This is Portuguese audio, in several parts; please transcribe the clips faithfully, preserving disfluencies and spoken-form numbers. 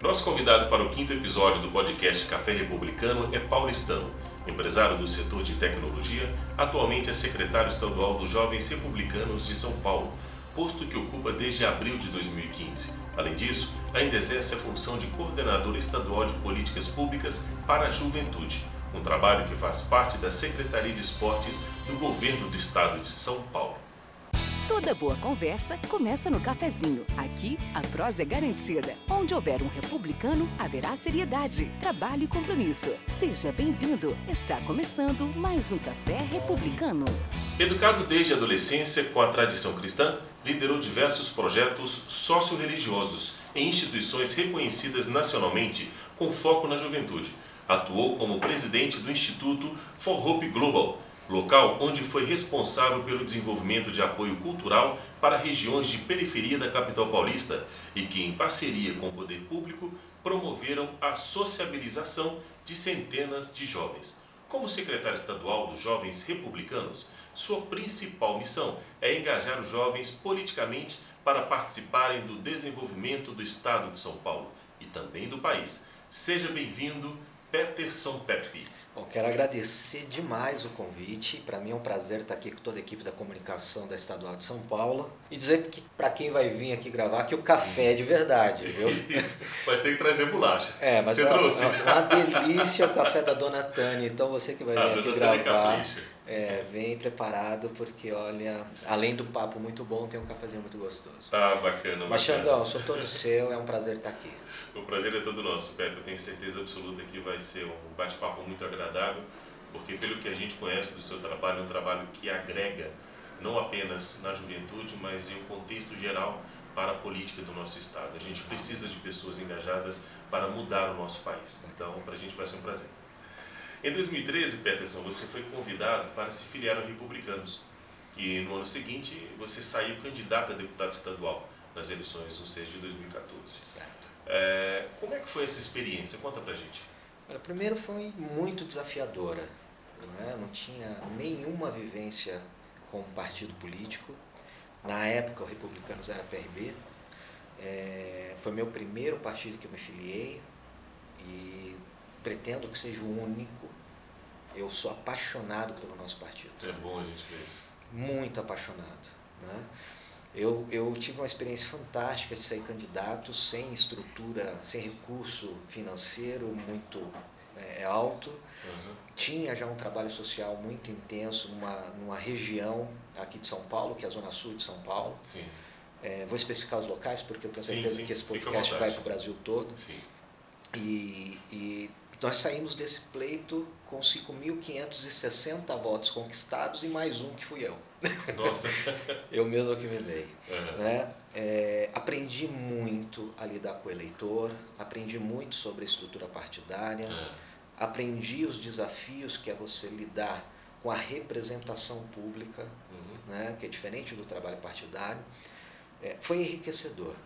Nosso convidado para o quinto episódio do podcast Café Republicano é paulistano, empresário do setor de tecnologia, atualmente é secretário estadual dos Jovens Republicanos de São Paulo, posto que ocupa desde abril de dois mil e quinze. Além disso, ainda exerce a função de coordenador estadual de políticas públicas para a juventude, um trabalho que faz parte da Secretaria de Esportes do Governo do Estado de São Paulo. Toda boa conversa começa no cafezinho. Aqui, a prosa é garantida. Onde houver um republicano, haverá seriedade, trabalho e compromisso. Seja bem-vindo. Está começando mais um Café Republicano. Educado desde a adolescência com a tradição cristã, liderou diversos projetos socio-religiosos em instituições reconhecidas nacionalmente com foco na juventude. Atuou como presidente do Instituto For Hope Global, local onde foi responsável pelo desenvolvimento de apoio cultural para regiões de periferia da capital paulista e que, em parceria com o poder público, promoveram a sociabilização de centenas de jovens. Como secretário estadual dos Jovens Republicanos, sua principal missão é engajar os jovens politicamente para participarem do desenvolvimento do Estado de São Paulo e também do país. Seja bem-vindo, Peterson Pepe. Bom, quero agradecer demais o convite. Para mim é um prazer estar aqui com toda a equipe da comunicação da Estadual de São Paulo e dizer que para quem vai vir aqui gravar que o café é de verdade, viu? Isso, mas tem que trazer bolacha. É, mas você é, trouxe? É uma delícia o café da Dona Tânia. Então você que vai vir ah, aqui gravar, é, vem preparado porque, olha, além do papo muito bom, tem um cafezinho muito gostoso. Ah, bacana. Mas Xandão, sou todo seu, é um prazer estar aqui. O prazer é todo nosso, Pepe. Eu tenho certeza absoluta que vai ser um bate-papo muito agradável, porque pelo que a gente conhece do seu trabalho, é um trabalho que agrega não apenas na juventude, mas em um contexto geral para a política do nosso Estado. A gente precisa de pessoas engajadas para mudar o nosso país. Então, para a gente vai ser um prazer. Em dois mil e treze, Peterson, você foi convidado para se filiar aos Republicanos. E no ano seguinte, você saiu candidato a deputado estadual nas eleições, ou seja, de dois mil e quatorze. Certo. É, como é que foi essa experiência? Conta pra gente. Primeiro foi muito desafiadora. Não, é? Não tinha nenhuma vivência com um partido político. Na época o Republicanos era P R B. É, foi meu primeiro partido que eu me filiei e pretendo que seja o único. Eu sou apaixonado pelo nosso partido. É bom a gente ver isso. Muito apaixonado. Né? Eu, eu tive uma experiência fantástica de sair candidato sem estrutura, sem recurso financeiro muito é, alto. Uhum. Tinha já um trabalho social muito intenso numa, numa região aqui de São Paulo, que é a Zona Sul de São Paulo. Sim. É, vou especificar os locais porque eu tenho sim, certeza sim. que esse podcast vai para o Brasil todo. Sim. E, e nós saímos desse pleito com cinco mil quinhentos e sessenta votos conquistados e mais um que fui eu. Nossa. Eu mesmo que me dei. Uhum. Né? É, aprendi muito a lidar com o eleitor, aprendi muito sobre a estrutura partidária, uhum. aprendi os desafios que é você lidar com a representação pública, uhum. né? Que é diferente do trabalho partidário. É, foi enriquecedor.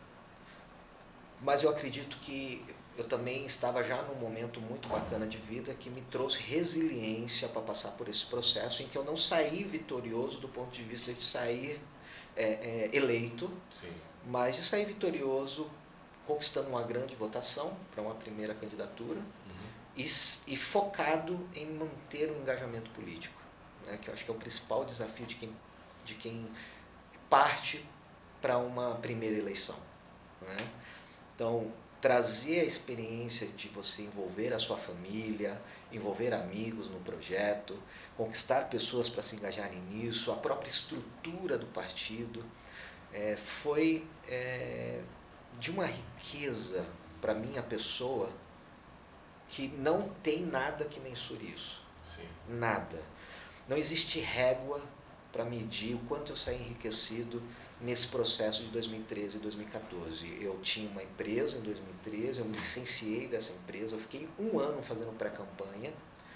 Mas eu acredito que eu também estava já num momento muito bacana de vida que me trouxe resiliência para passar por esse processo em que eu não saí vitorioso do ponto de vista de sair é, é, eleito, Sim. mas de sair vitorioso conquistando uma grande votação para uma primeira candidatura uhum. e, e focado em manter o engajamento político, né, que eu acho que é o principal desafio de quem, de quem parte para uma primeira eleição. Né? Então, trazer a experiência de você envolver a sua família, envolver amigos no projeto, conquistar pessoas para se engajarem nisso, a própria estrutura do partido, é, foi é, de uma riqueza para minha pessoa que não tem nada que mensure isso. Sim. Nada. Não existe régua para medir o quanto eu saí enriquecido nesse processo de dois mil e treze e dois mil e quatorze. Eu tinha uma empresa em dois mil e treze, eu me licenciei dessa empresa, eu fiquei um ano fazendo pré-campanha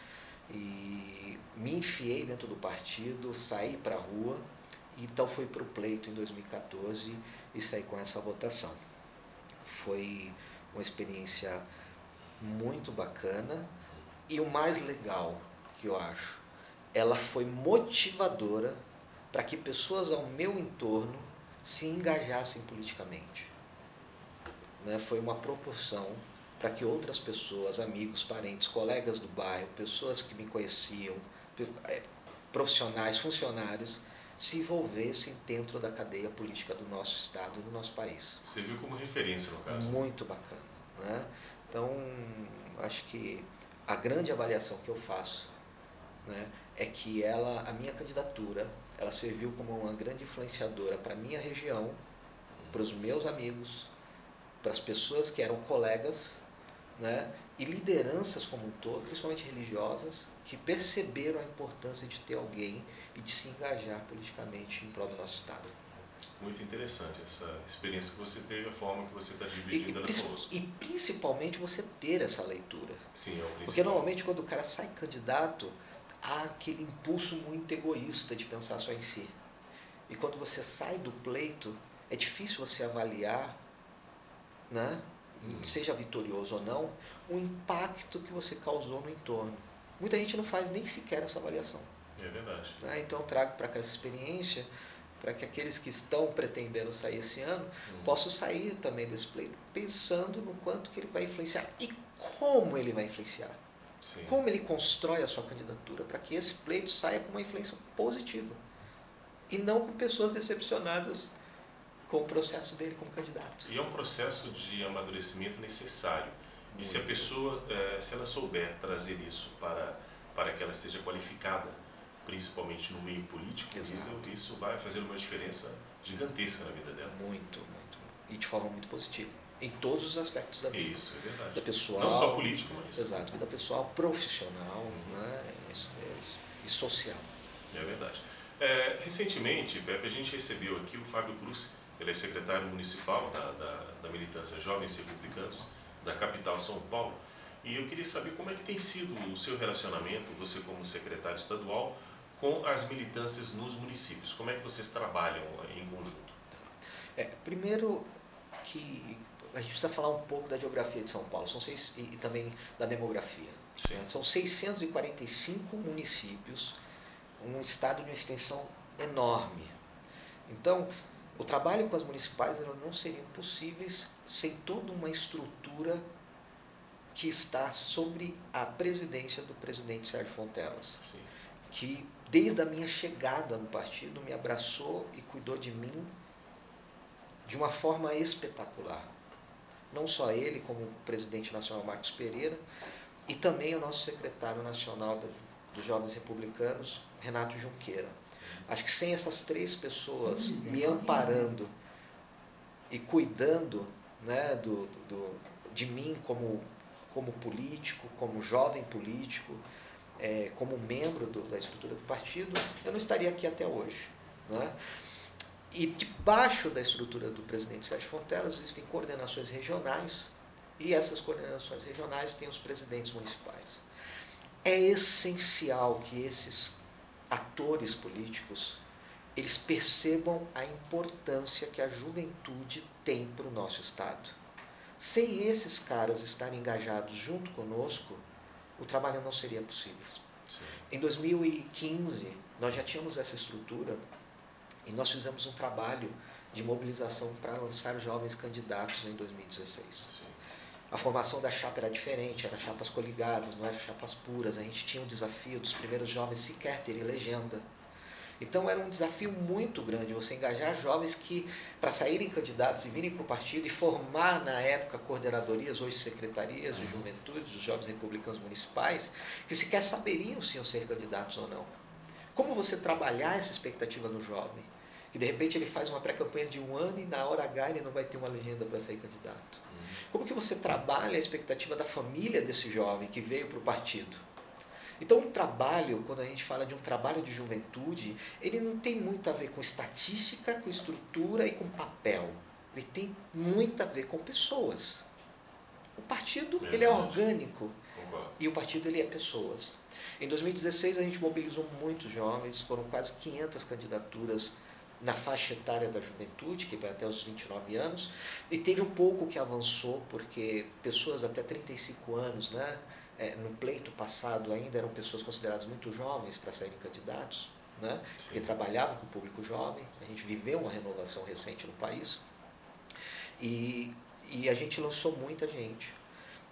e me enfiei dentro do partido, saí para a rua, e então fui para o pleito em dois mil e quatorze e saí com essa votação. Foi uma experiência muito bacana e o mais legal que eu acho, ela foi motivadora para que pessoas ao meu entorno se engajassem politicamente. Né? Foi uma proporção para que outras pessoas, amigos, parentes, colegas do bairro, pessoas que me conheciam, profissionais, funcionários, se envolvessem dentro da cadeia política do nosso Estado e do nosso país. Você viu como referência, no caso? Muito bacana, né? Então, acho que a grande avaliação que eu faço, né, é que ela, a minha candidatura, ela serviu como uma grande influenciadora para a minha região, para os meus amigos, para as pessoas que eram colegas, né, e lideranças como um todo, principalmente religiosas, que perceberam a importância de ter alguém e de se engajar politicamente em prol do nosso Estado. Muito interessante essa experiência que você teve, a forma que você está dividindo ela conosco. E principalmente você ter essa leitura. Sim, é o principal. Porque normalmente quando o cara sai candidato, há aquele impulso muito egoísta de pensar só em si. E quando você sai do pleito, é difícil você avaliar, né, hum. seja vitorioso ou não, o impacto que você causou no entorno. Muita gente não faz nem sequer essa avaliação. É verdade. Né? Então eu trago para cá essa experiência, para que aqueles que estão pretendendo sair esse ano, hum. possam sair também desse pleito, pensando no quanto que ele vai influenciar e como ele vai influenciar. Sim. Como ele constrói a sua candidatura para que esse pleito saia com uma influência positiva e não com pessoas decepcionadas com o processo dele como candidato. E é um processo de amadurecimento necessário. Muito. E se a pessoa, se ela souber trazer isso para, para que ela seja qualificada, principalmente no meio político, isso vai fazer uma diferença gigantesca na vida dela. Muito, muito. E de forma muito positiva. Em todos os aspectos da vida. Isso, é verdade. Da pessoal, não só político, mas... Exato, vida pessoal, profissional, uhum. né, e, e social. É verdade. É, recentemente, Pepe, a gente recebeu aqui o Fábio Cruz, ele é secretário municipal da, da, da militância Jovens Republicanos, da capital São Paulo, e eu queria saber como é que tem sido o seu relacionamento, você como secretário estadual, com as militâncias nos municípios. Como é que vocês trabalham em conjunto? É, primeiro que a gente precisa falar um pouco da geografia de São Paulo, são seis, e também da demografia. Né? São seiscentos e quarenta e cinco municípios, um estado de uma extensão enorme. Então, o trabalho com as municipais elas não seriam possíveis sem toda uma estrutura que está sobre a presidência do presidente Sérgio Fontelas, Sim. que desde a minha chegada no partido me abraçou e cuidou de mim de uma forma espetacular. Não só ele, como o presidente nacional Marcos Pereira, e também o nosso secretário nacional dos Jovens Republicanos, Renato Junqueira. Acho que sem essas três pessoas me amparando e cuidando, né, do, do, de mim como, como político, como jovem político, é, como membro do, da estrutura do partido, eu não estaria aqui até hoje. Né? E debaixo da estrutura do presidente Sérgio Fontelas existem coordenações regionais, e essas coordenações regionais têm os presidentes municipais. É essencial que esses atores políticos eles percebam a importância que a juventude tem para o nosso Estado. Sem esses caras estarem engajados junto conosco, o trabalho não seria possível. Sim. Em dois mil e quinze, nós já tínhamos essa estrutura e nós fizemos um trabalho de mobilização para lançar jovens candidatos em dois mil e dezesseis. Sim. A formação da chapa era diferente, eram chapas coligadas, não eram chapas puras. A gente tinha o desafio dos primeiros jovens sequer terem legenda. Então era um desafio muito grande você engajar jovens que, para saírem candidatos e virem para o partido e formar na época coordenadorias, hoje secretarias de juventude, dos jovens republicanos municipais, que sequer saberiam se iam ser candidatos ou não. Como você trabalhar essa expectativa no jovem? Que de repente ele faz uma pré-campanha de um ano e na hora H ele não vai ter uma legenda para sair candidato. Como que você trabalha a expectativa da família desse jovem que veio para o partido? Então, um trabalho, quando a gente fala de um trabalho de juventude, ele não tem muito a ver com estatística, com estrutura e com papel. Ele tem muito a ver com pessoas. O partido, é ele é orgânico. Concordo. E o partido, ele é pessoas. Em dois mil e dezesseis, a gente mobilizou muitos jovens, foram quase quinhentas candidaturas na faixa etária da juventude, que vai até os vinte e nove anos, e teve um pouco que avançou, porque pessoas até trinta e cinco anos, né, é, no pleito passado ainda eram pessoas consideradas muito jovens para serem candidatos, né, porque trabalhavam com o público jovem. A gente viveu uma renovação recente no país, e, e a gente lançou muita gente.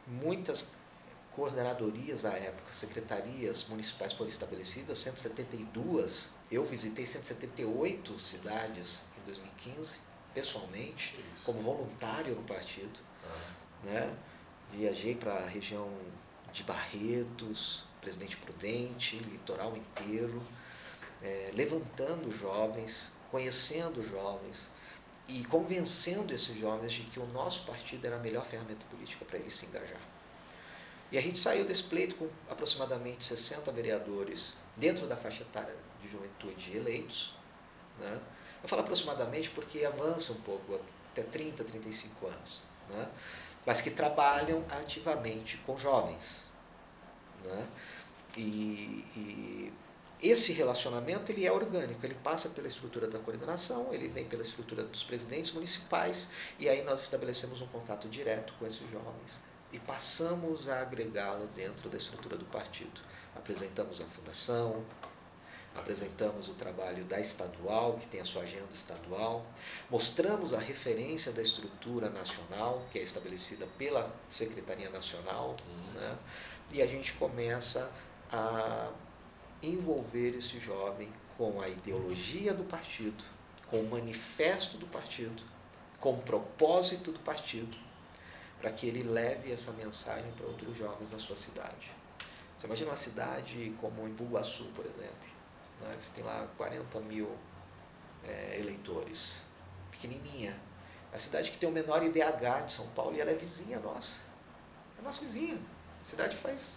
muitas coordenadorias à época, secretarias municipais foram estabelecidas, cento e setenta e duas. Eu visitei cento e setenta e oito cidades em dois mil e quinze, pessoalmente, Isso. como voluntário no partido. Ah. Né? Viajei para a região de Barretos, Presidente Prudente, litoral inteiro, é, levantando jovens, conhecendo jovens e convencendo esses jovens de que o nosso partido era a melhor ferramenta política para eles se engajar. E a gente saiu desse pleito com aproximadamente sessenta vereadores dentro da faixa etária de juventude eleitos. Né? Eu falo aproximadamente porque avança um pouco, até trinta, trinta e cinco anos. Né? Mas que trabalham ativamente com jovens. Né? E, e esse relacionamento ele é orgânico, ele passa pela estrutura da coordenação, ele vem pela estrutura dos presidentes municipais, e aí nós estabelecemos um contato direto com esses jovens e passamos a agregá-lo dentro da estrutura do partido. Apresentamos a fundação, apresentamos o trabalho da estadual, que tem a sua agenda estadual, mostramos a referência da estrutura nacional, que é estabelecida pela Secretaria Nacional, uhum. né? E a gente começa a envolver esse jovem com a ideologia do partido, com o manifesto do partido, com o propósito do partido, para que ele leve essa mensagem para outros jovens na sua cidade. Você imagina uma cidade como Embu-Guaçu, por exemplo, né, que tem lá quarenta mil é, eleitores, pequenininha. É a cidade que tem o menor I D H de São Paulo e ela é vizinha nossa. É nossa vizinha. A cidade faz,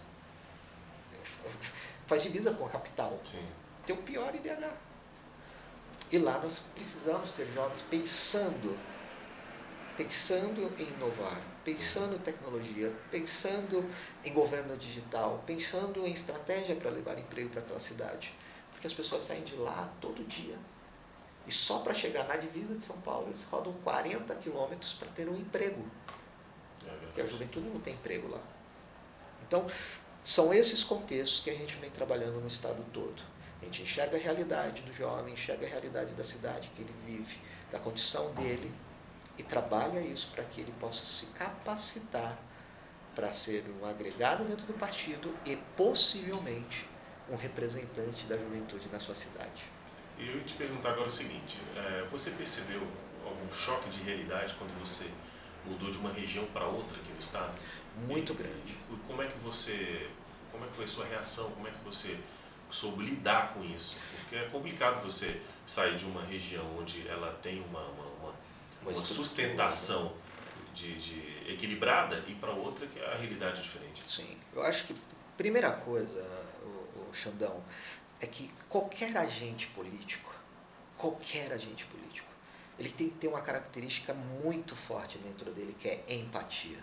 faz divisa com a capital. Sim. Tem o pior I D H. E lá nós precisamos ter jovens pensando, pensando em inovar, pensando em tecnologia, pensando em governo digital, pensando em estratégia para levar emprego para aquela cidade. Porque as pessoas saem de lá todo dia. E só para chegar na divisa de São Paulo, eles rodam quarenta quilômetros para ter um emprego. É porque a juventude não tem emprego lá. Então, são esses contextos que a gente vem trabalhando no estado todo. A gente enxerga a realidade do jovem, enxerga a realidade da cidade que ele vive, da condição dele, e trabalha isso para que ele possa se capacitar para ser um agregado dentro do partido e, possivelmente, um representante da juventude na sua cidade. E eu ia te perguntar agora o seguinte, é, você percebeu algum choque de realidade quando você mudou de uma região para outra aqui no estado? Muito e, grande. E como é que você, como é que foi a sua reação, como é que você soube lidar com isso? Porque é complicado você sair de uma região onde ela tem uma, uma, uma, uma, uma sustentação de, de equilibrada e para outra que a realidade é diferente. Sim, eu acho que primeira coisa, o, o Xandão, é que qualquer agente político, qualquer agente político, ele tem que ter uma característica muito forte dentro dele, que é empatia.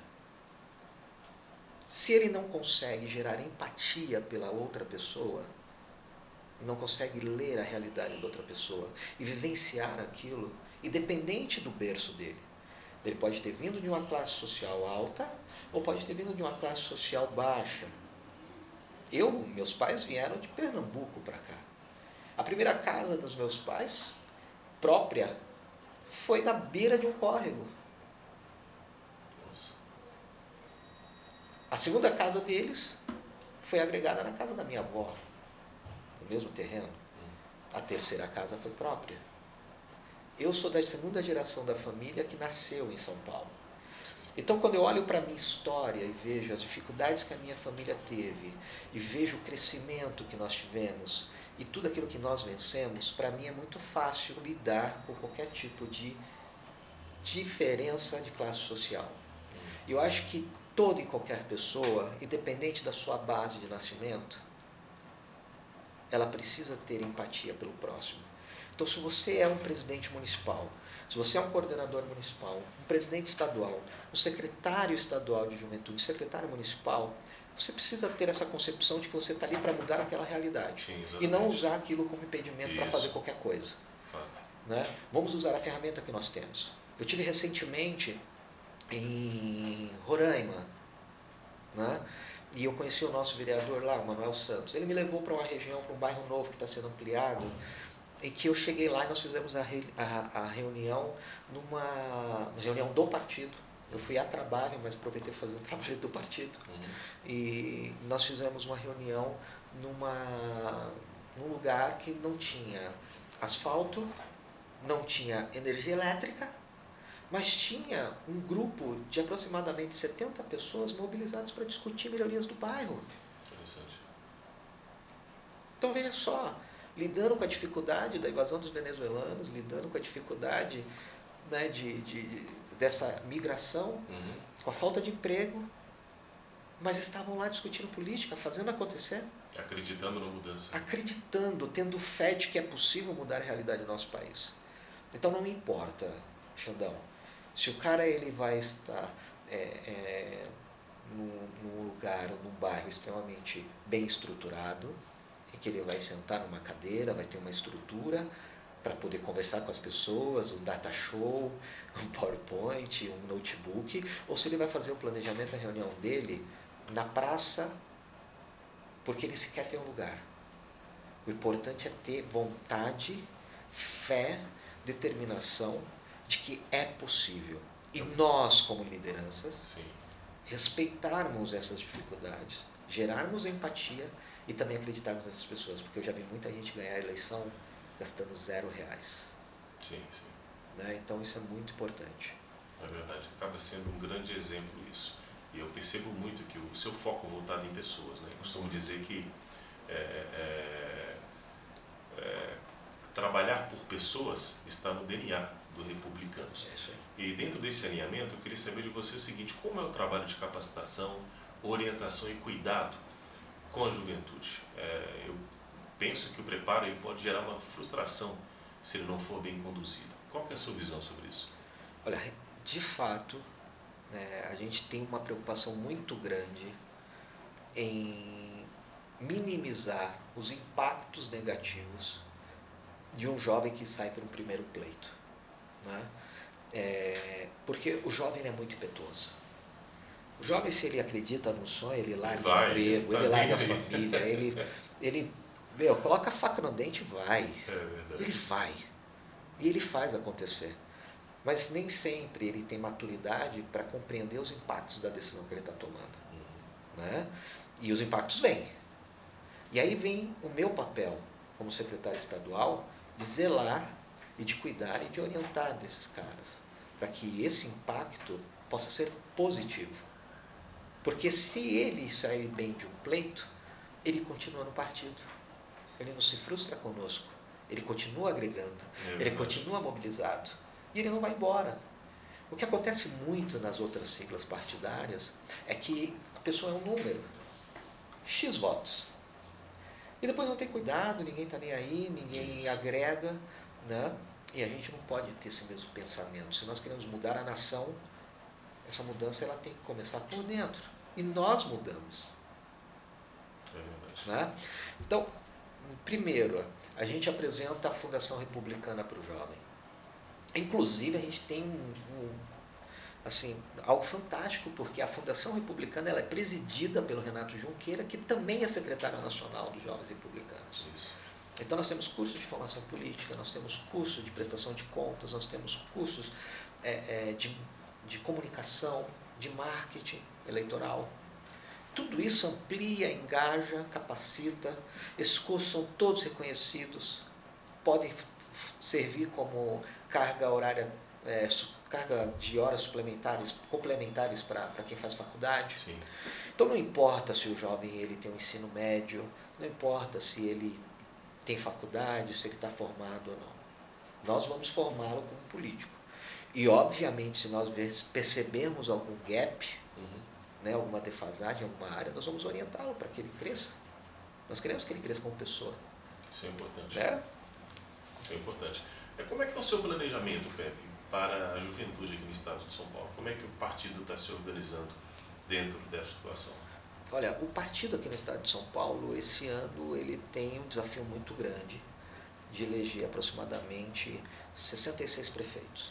Se ele não consegue gerar empatia pela outra pessoa, não consegue ler a realidade da outra pessoa e vivenciar aquilo, independente do berço dele. Ele pode ter vindo de uma classe social alta ou pode ter vindo de uma classe social baixa. Eu, meus pais vieram de Pernambuco para cá. A primeira casa dos meus pais, própria, foi na beira de um córrego. Nossa. A segunda casa deles foi agregada na casa da minha avó, no mesmo terreno. A terceira casa foi própria. Eu sou da segunda geração da família que nasceu em São Paulo. Então, quando eu olho para a minha história e vejo as dificuldades que a minha família teve, e vejo o crescimento que nós tivemos, e tudo aquilo que nós vencemos, para mim é muito fácil lidar com qualquer tipo de diferença de classe social. Eu acho que toda e qualquer pessoa, independente da sua base de nascimento, ela precisa ter empatia pelo próximo. Então, se você é um presidente municipal, se você é um coordenador municipal, um presidente estadual, um secretário estadual de juventude, secretário municipal, você precisa ter essa concepção de que você está ali para mudar aquela realidade. Sim, e não usar aquilo como impedimento para fazer qualquer coisa. Fato. Né? Vamos usar a ferramenta que nós temos. Eu tive recentemente em Roraima, né? E eu conheci o nosso vereador lá, o Manuel Santos. Ele me levou para uma região, para um bairro novo que está sendo ampliado, em que eu cheguei lá e nós fizemos a, re, a, a reunião numa reunião do partido, Eu fui a trabalho, mas aproveitei para fazer um trabalho do partido. Uhum. E nós fizemos uma reunião numa, num lugar que não tinha asfalto, não tinha energia elétrica, mas tinha um grupo de aproximadamente setenta pessoas mobilizadas para discutir melhorias do bairro. Interessante. Então veja só, lidando com a dificuldade da invasão dos venezuelanos, lidando com a dificuldade, né, de, de, dessa migração, uhum. com a falta de emprego, mas estavam lá discutindo política, fazendo acontecer. Acreditando na mudança. Acreditando, tendo fé de que é possível mudar a realidade do nosso país. Então não importa, Xandão, se o cara ele vai estar é, é, num, num lugar, num bairro extremamente bem estruturado, em que ele vai sentar numa cadeira, vai ter uma estrutura para poder conversar com as pessoas, um data show, um PowerPoint, um notebook, ou se ele vai fazer o planejamento, a reunião dele na praça, porque ele sequer tem um lugar. O importante é ter vontade, fé, determinação de que é possível. E nós, como lideranças, Sim. respeitarmos essas dificuldades, gerarmos empatia e também acreditarmos nessas pessoas, porque eu já vi muita gente ganhar a eleição gastando zero reais. Sim, sim. Né? Então isso é muito importante. Na verdade, acaba sendo um grande exemplo isso. E eu percebo muito que o seu foco é voltado em pessoas. Né? Eu costumo dizer que é, é, é, trabalhar por pessoas está no D N A do Republicanos. É isso aí. E dentro desse alinhamento, eu queria saber de você o seguinte: como é o trabalho de capacitação, orientação e cuidado com a juventude? É, eu penso que o preparo ele pode gerar uma frustração se ele não for bem conduzido. Qual que é a sua visão sobre isso? Olha, de fato, né, a gente tem uma preocupação muito grande em minimizar os impactos negativos de um jovem que sai para um primeiro pleito. Né? É, porque o jovem ele é muito impetuoso. O jovem, se ele acredita no sonho, ele larga o emprego, ele larga a família, ele, ele meu, coloca a faca no dente e vai. É verdade. Ele vai. E ele faz acontecer. Mas nem sempre ele tem maturidade para compreender os impactos da decisão que ele está tomando. Uhum. Né? E os impactos vêm. E aí vem o meu papel como secretário estadual de zelar e de cuidar e de orientar desses caras, para que esse impacto possa ser positivo. Porque se ele sair bem de um pleito, ele continua no partido. Ele não se frustra conosco. Ele continua agregando. É ele continua mobilizado. E ele não vai embora. O que acontece muito nas outras siglas partidárias é que a pessoa é um número. X votos. E depois não tem cuidado, ninguém está nem aí, ninguém Isso. agrega. Né? E a gente não pode ter esse mesmo pensamento. Se nós queremos mudar a nação, essa mudança ela tem que começar por dentro. E nós mudamos. É verdade. Né? Então, primeiro, a gente apresenta a Fundação Republicana para o jovem. Inclusive, a gente tem um, um, assim, algo fantástico, porque a Fundação Republicana ela é presidida pelo Renato Junqueira, que também é secretário nacional dos Jovens Republicanos. Isso. Então, nós temos cursos de formação política, nós temos cursos de prestação de contas, nós temos cursos é, é, de, de comunicação, de marketing eleitoral. Tudo isso amplia, engaja, capacita. Esses cursos são todos reconhecidos, podem servir como carga horária, é, carga de horas suplementares, complementares para quem faz faculdade. Sim. Então não importa se o jovem ele tem um ensino médio, não importa se ele tem faculdade, se ele está formado ou não. Nós vamos formá-lo como político. E obviamente se nós percebermos algum gap, uhum. né, alguma defasagem em alguma área, nós vamos orientá-lo para que ele cresça. Nós queremos que ele cresça como pessoa. Isso é importante. É? Isso é importante. Como é que é o seu planejamento, Pepe, para a juventude aqui no estado de São Paulo? Como é que o partido está se organizando dentro dessa situação? Olha, o partido aqui no estado de São Paulo, esse ano, ele tem um desafio muito grande de eleger aproximadamente sessenta e seis prefeitos.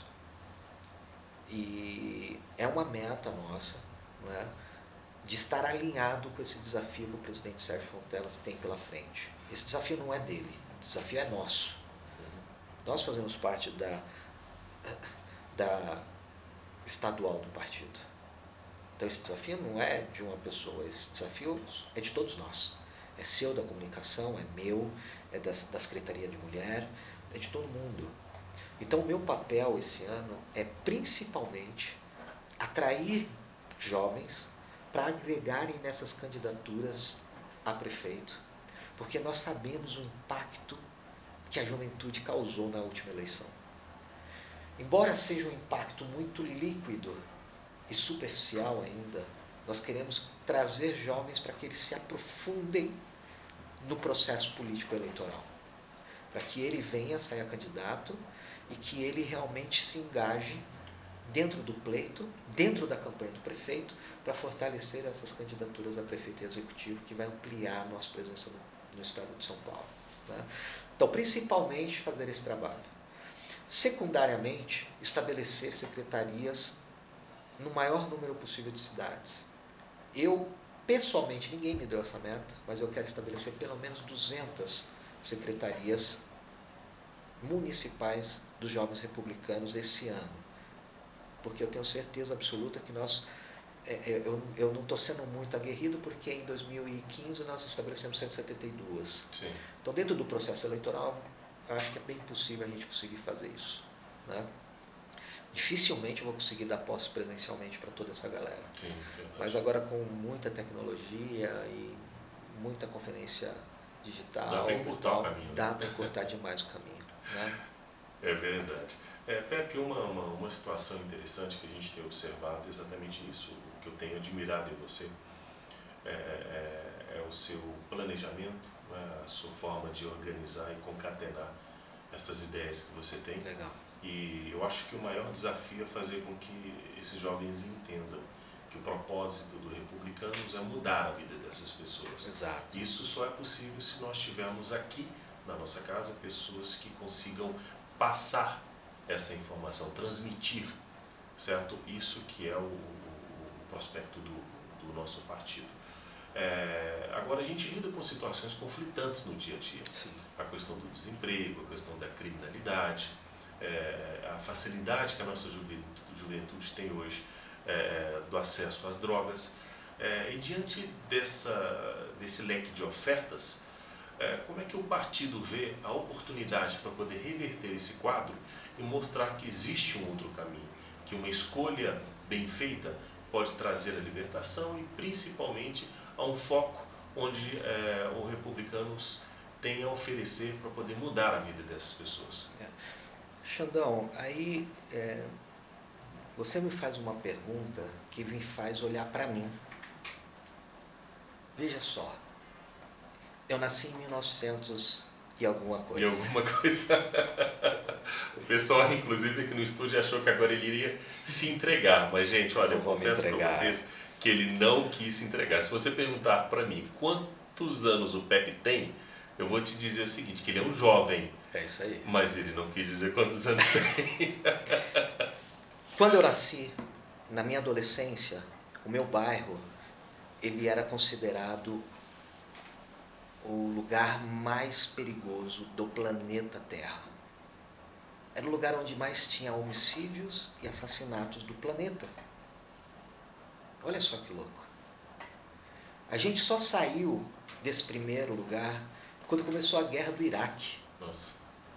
E é uma meta nossa, né, de estar alinhado com esse desafio que o presidente Sérgio Fontelas tem pela frente. Esse desafio não é dele, o desafio é nosso. Nós fazemos parte da, da estadual do partido. Então esse desafio não é de uma pessoa, esse desafio é de todos nós. É seu, da comunicação, é meu, é da, da Secretaria de Mulher, é de todo mundo. Então o meu papel esse ano é principalmente atrair jovens para agregarem nessas candidaturas a prefeito, porque nós sabemos o impacto que a juventude causou na última eleição. Embora seja um impacto muito líquido e superficial ainda, nós queremos trazer jovens para que eles se aprofundem no processo político eleitoral, para que ele venha a sair candidato e que ele realmente se engaje dentro do pleito, dentro da campanha do prefeito, para fortalecer essas candidaturas a prefeito e executivo, que vai ampliar a nossa presença no, no estado de São Paulo. Né? Então, principalmente, fazer esse trabalho. Secundariamente, estabelecer secretarias no maior número possível de cidades. Eu, pessoalmente, ninguém me deu essa meta, mas eu quero estabelecer pelo menos duzentas secretarias municipais dos jovens republicanos esse ano. Porque eu tenho certeza absoluta que nós, é, eu, eu não estou sendo muito aguerrido, porque em dois mil e quinze nós estabelecemos cento e setenta e duas. Sim. Então, dentro do processo eleitoral, eu acho que é bem possível a gente conseguir fazer isso. Né? Dificilmente eu vou conseguir dar posse presencialmente para toda essa galera. Sim, mas agora com muita tecnologia e muita conferência digital, dá para encurtar tal, o caminho. Dá para encurtar demais o caminho. Né? É verdade. É, Pepe, uma, uma, uma situação interessante que a gente tem observado é exatamente isso. O que eu tenho admirado em você é, é, é o seu planejamento, né? A sua forma de organizar e concatenar essas ideias que você tem. Legal. E eu acho que o maior desafio é fazer com que esses jovens entendam que o propósito do Republicanos é mudar a vida dessas pessoas. Exato. Isso só é possível se nós tivermos aqui na nossa casa pessoas que consigam passar essa informação, transmitir, certo? Isso que é o, o prospecto do, do nosso partido. É, agora a gente lida com situações conflitantes no dia a dia. Sim. A questão do desemprego, a questão da criminalidade, é, a facilidade que a nossa juventude, juventude tem hoje é, do acesso às drogas. É, e diante dessa, desse leque de ofertas, é, como é que o partido vê a oportunidade para poder reverter esse quadro e mostrar que existe um outro caminho, que uma escolha bem feita pode trazer a libertação e principalmente a um foco onde é, o Republicanos tem a oferecer para poder mudar a vida dessas pessoas? É. Xandão, aí é, você me faz uma pergunta que me faz olhar para mim. Veja só, eu nasci em mil e novecentos e alguma coisa. E alguma coisa. O pessoal, inclusive, aqui no estúdio achou que agora ele iria se entregar. Mas, gente, olha, eu, eu confesso para vocês que ele não quis se entregar. Se você perguntar para mim quantos anos o Pepe tem, eu vou te dizer o seguinte, que ele é um jovem. É isso aí. Mas ele não quis dizer quantos anos tem. Quando eu nasci, na minha adolescência, o meu bairro, ele era considerado o lugar mais perigoso do planeta Terra. Era o lugar onde mais tinha homicídios e assassinatos do planeta. Olha só que louco. A gente só saiu desse primeiro lugar quando começou a guerra do Iraque. Nossa.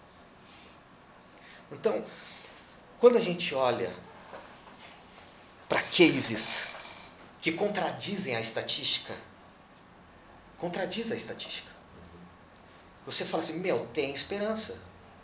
Então, quando a gente olha para cases que contradizem a estatística, contradiz a estatística. Você fala assim, meu, tem esperança.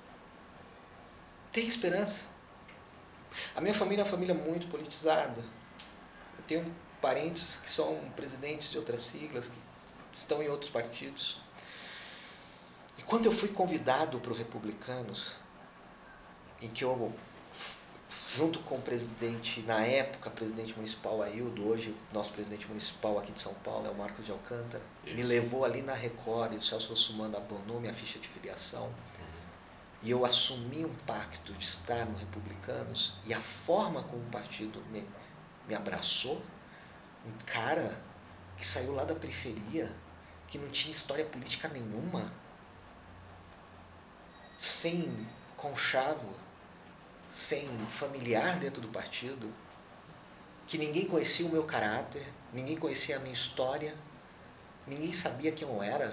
Tem esperança. A minha família é uma família muito politizada. Eu tenho parentes que são presidentes de outras siglas, que estão em outros partidos. E quando eu fui convidado para o Republicanos, em que eu, junto com o presidente, na época, presidente municipal Aildo, hoje nosso presidente municipal aqui de São Paulo é o Marcos de Alcântara, Isso. me levou ali na Record, e o Celso Russumano abonou minha ficha de filiação, uhum. e eu assumi um pacto de estar no Republicanos, e a forma como o partido me, me abraçou, um cara que saiu lá da periferia, que não tinha história política nenhuma, sem conchavo, sem familiar dentro do partido, que ninguém conhecia o meu caráter, ninguém conhecia a minha história, ninguém sabia quem eu era,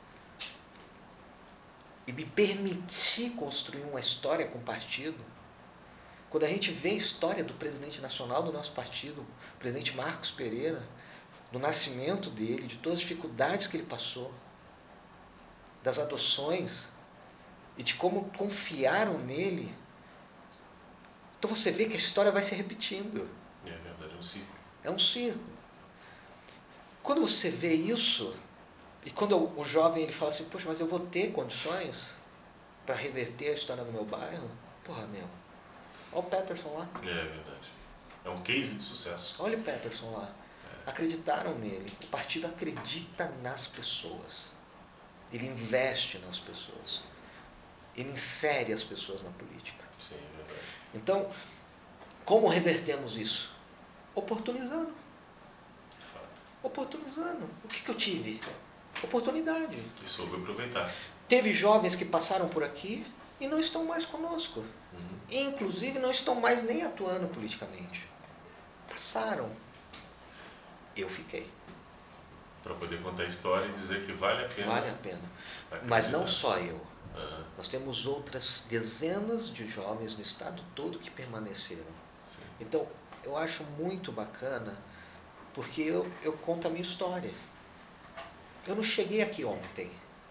e me permitir construir uma história com o partido. Quando a gente vê a história do presidente nacional do nosso partido, o presidente Marcos Pereira, do nascimento dele, de todas as dificuldades que ele passou, das adoções, e de como confiaram nele, então você vê que a história vai se repetindo. É verdade, é um ciclo. É um ciclo. Quando você vê isso, e quando o, o jovem ele fala assim, poxa, mas eu vou ter condições para reverter a história do meu bairro? Porra, meu, olha o Peterson lá. É verdade. É um case de sucesso. Olha o Peterson lá. É. Acreditaram nele. O partido acredita nas pessoas. Ele investe nas pessoas. Ele insere as pessoas na política. Sim, é verdade. Então, como revertemos isso? Oportunizando. Fato. Oportunizando. O que, que eu tive? Oportunidade. E soube aproveitar. Teve jovens que passaram por aqui e não estão mais conosco. Uhum. Inclusive não estão mais nem atuando politicamente. Passaram. Eu fiquei. Para poder contar a história e dizer que vale a pena. Vale a pena. Mas não só eu. Uhum. Nós temos outras dezenas de jovens no estado todo que permaneceram. Sim. Então, eu acho muito bacana, porque eu, eu conto a minha história. Eu não cheguei aqui ontem.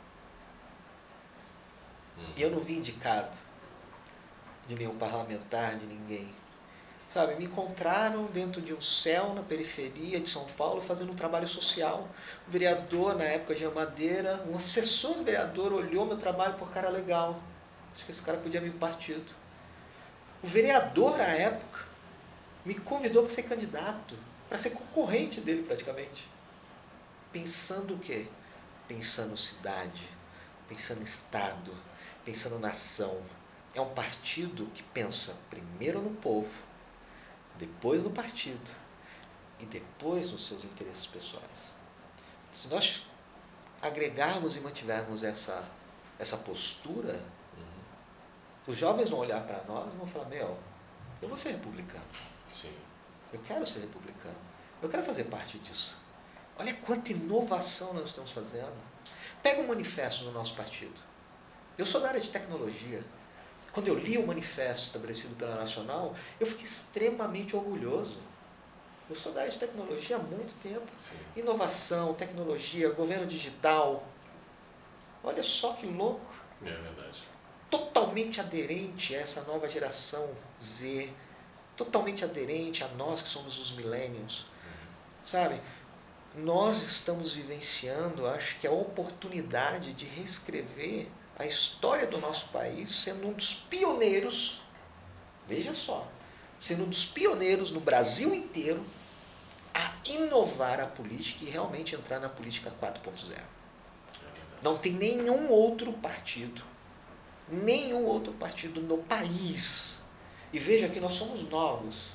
Uhum. E eu não vim indicado de nenhum parlamentar, de ninguém. Sabe, me encontraram dentro de um céu na periferia de São Paulo fazendo um trabalho social. O vereador, na época, Jean Madeira, um assessor do vereador olhou meu trabalho por cara legal. Acho que esse cara podia vir para o partido. O vereador, à época, me convidou para ser candidato, para ser concorrente dele praticamente. Pensando o quê? Pensando cidade, pensando estado, pensando nação. É um partido que pensa primeiro no povo, depois no partido e depois nos seus interesses pessoais. Se nós agregarmos e mantivermos essa, essa postura, uhum. os jovens vão olhar para nós e vão falar, meu, eu vou ser republicano. Sim. Eu quero ser republicano. Eu quero fazer parte disso. Olha quanta inovação nós estamos fazendo. Pega um manifesto do nosso partido. Eu sou da área de tecnologia. Quando eu li o manifesto estabelecido pela Nacional, eu fiquei extremamente orgulhoso. Eu sou da área de tecnologia há muito tempo. Sim. Inovação, tecnologia, governo digital. Olha só que louco. É verdade. Totalmente aderente a essa nova geração Z. Totalmente aderente a nós que somos os millennials. Uhum. Sabe? Nós estamos vivenciando, acho que a oportunidade de reescrever a história do nosso país, sendo um dos pioneiros, veja só, sendo um dos pioneiros no Brasil inteiro a inovar a política e realmente entrar na política quatro ponto zero. Não tem nenhum outro partido, nenhum outro partido no país. E veja que nós somos novos,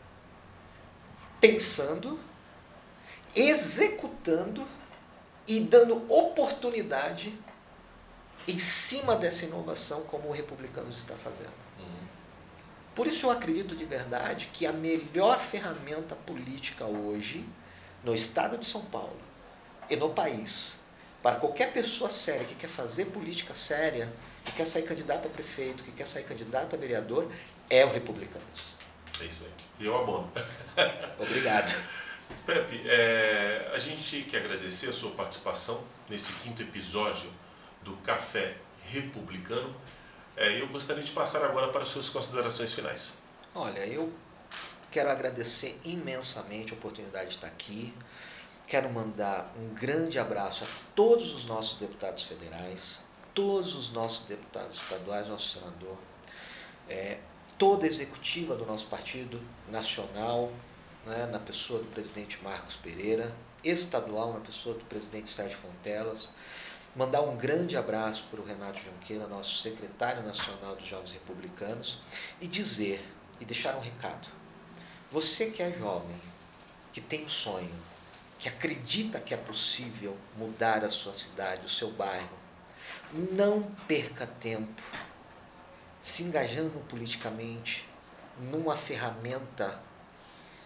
pensando, executando e dando oportunidade em cima dessa inovação como o Republicanos está fazendo. Uhum. Por isso eu acredito de verdade que a melhor ferramenta política hoje, no estado de São Paulo e no país, para qualquer pessoa séria que quer fazer política séria, que quer sair candidato a prefeito, que quer sair candidato a vereador, é o Republicanos. É isso aí. E eu abono. Obrigado. Pepe, é, a gente quer agradecer a sua participação nesse quinto episódio do Café Republicano. É, eu gostaria de passar agora para as suas considerações finais. Olha, eu quero agradecer imensamente a oportunidade de estar aqui. Quero mandar um grande abraço a todos os nossos deputados federais, todos os nossos deputados estaduais, nosso senador, é, toda a executiva do nosso partido nacional, né, na pessoa do presidente Marcos Pereira, estadual na pessoa do presidente Sérgio Fontelas. Mandar um grande abraço para o Renato Junqueira, nosso secretário nacional dos Jovens Republicanos, e dizer, e deixar um recado. Você que é jovem, que tem um sonho, que acredita que é possível mudar a sua cidade, o seu bairro, não perca tempo se engajando politicamente numa ferramenta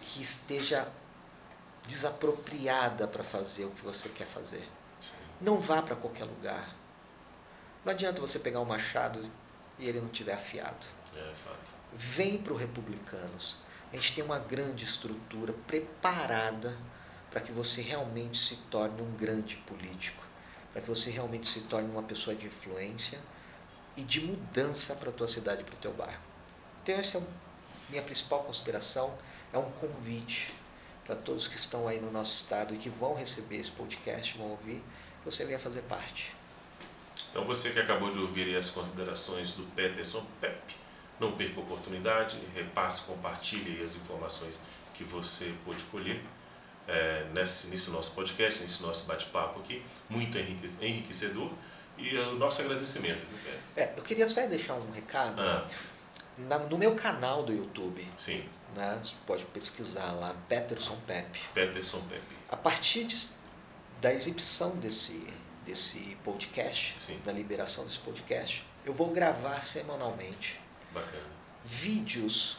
que esteja desapropriada para fazer o que você quer fazer. Sim. Não vá para qualquer lugar. Não adianta você pegar um machado e ele não estiver afiado. É fato. Vem para o Republicanos. A gente tem uma grande estrutura preparada para que você realmente se torne um grande político, para que você realmente se torne uma pessoa de influência e de mudança para a tua cidade e para o teu bairro. Então essa é a minha principal consideração, é um convite para todos que estão aí no nosso estado e que vão receber esse podcast, vão ouvir, que você venha fazer parte. Então você que acabou de ouvir as considerações do Peterson Pepe, não perca a oportunidade, repasse, compartilhe as informações que você pôde colher é, nesse, nesse nosso podcast, nesse nosso bate-papo aqui, muito enriquecedor, e o nosso agradecimento. É, eu queria só deixar um recado. Ah. Na, no meu canal do YouTube, sim. Né, você pode pesquisar lá, Peterson Pepe. Peterson Pepe. A partir de, da exibição desse, desse podcast, sim. da liberação desse podcast, eu vou gravar semanalmente Bacana. vídeos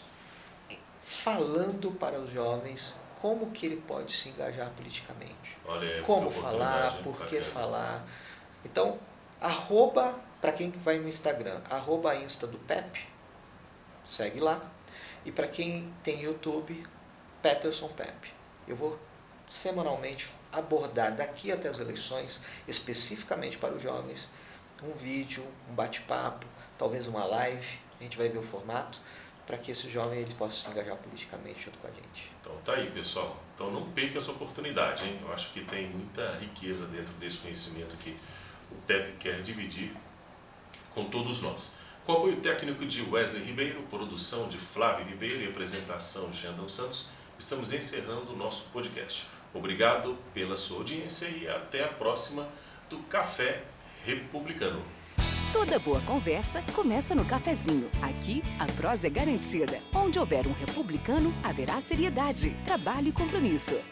falando para os jovens como que ele pode se engajar politicamente. Olha, como falar, por que bacana. falar. Então, arroba, para quem vai no Instagram, arroba Insta do Pepe, segue lá. E para quem tem YouTube, Peterson Pepe. Eu vou semanalmente abordar daqui até as eleições, especificamente para os jovens, um vídeo, um bate-papo, talvez uma live, a gente vai ver o formato, para que esse jovem ele possa se engajar politicamente junto com a gente. Então tá aí, pessoal. Então não perca essa oportunidade, hein? Eu acho que tem muita riqueza dentro desse conhecimento que o Pepe quer dividir com todos nós. Com apoio técnico de Wesley Ribeiro, produção de Flávio Ribeiro e apresentação de Xandão Santos, estamos encerrando o nosso podcast. Obrigado pela sua audiência e até a próxima do Café Republicano. Toda boa conversa começa no cafezinho. Aqui, a prosa é garantida. Onde houver um republicano, haverá seriedade, trabalho e compromisso.